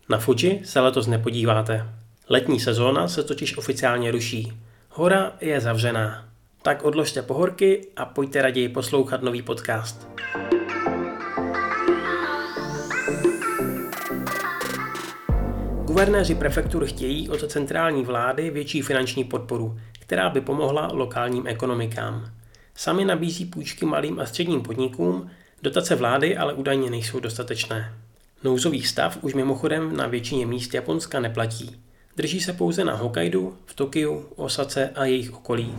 Na Fuji se letos nepodíváte. Letní sezóna se totiž oficiálně ruší. Hora je zavřená. Tak odložte pohorky a pojďte raději poslouchat nový podcast. Guvernéři prefektur chtějí od centrální vlády větší finanční podporu, která by pomohla lokálním ekonomikám. Sami nabízí půjčky malým a středním podnikům, dotace vlády ale údajně nejsou dostatečné. Nouzový stav už mimochodem na většině míst Japonska neplatí. Drží se pouze na Hokkaidu, v Tokiu, Osace a jejich okolí.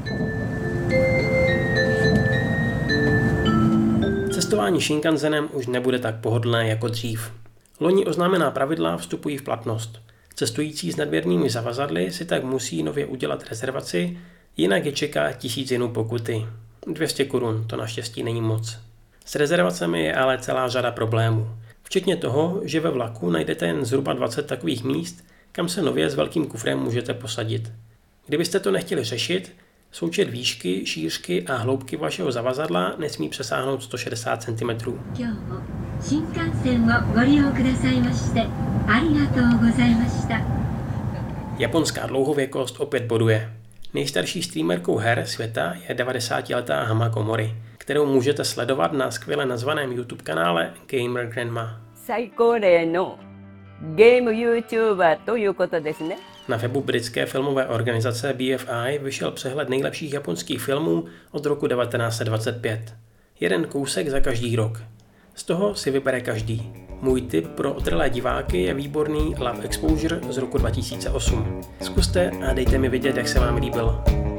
Cestování Shinkansenem už nebude tak pohodlné jako dřív. Loni oznámená pravidla vstupují v platnost. Cestující s nadměrnými zavazadly si tak musí nově udělat rezervaci, jinak je čeká 1000 jenů pokuty. 200 korun, to naštěstí není moc. S rezervacemi je ale celá řada problémů. Včetně toho, že ve vlaku najdete jen zhruba 20 takových míst, kam se nově s velkým kufrem můžete posadit. Kdybyste to nechtěli řešit, součet výšky, šířky a hloubky vašeho zavazadla nesmí přesáhnout 160 cm. Japonská dlouhověkost opět boduje. Nejstarší streamerkou her světa je 90letá Hamako Mori, kterou můžete sledovat na skvěle nazvaném YouTube kanále Gamer Grandma. Na webu britské filmové organizace BFI vyšel přehled nejlepších japonských filmů od roku 1925. Jeden kousek za každý rok. Z toho si vybere každý. Můj tip pro otrlé diváky je výborný Love Exposure z roku 2008. Zkuste a dejte mi vědět, jak se vám líbil.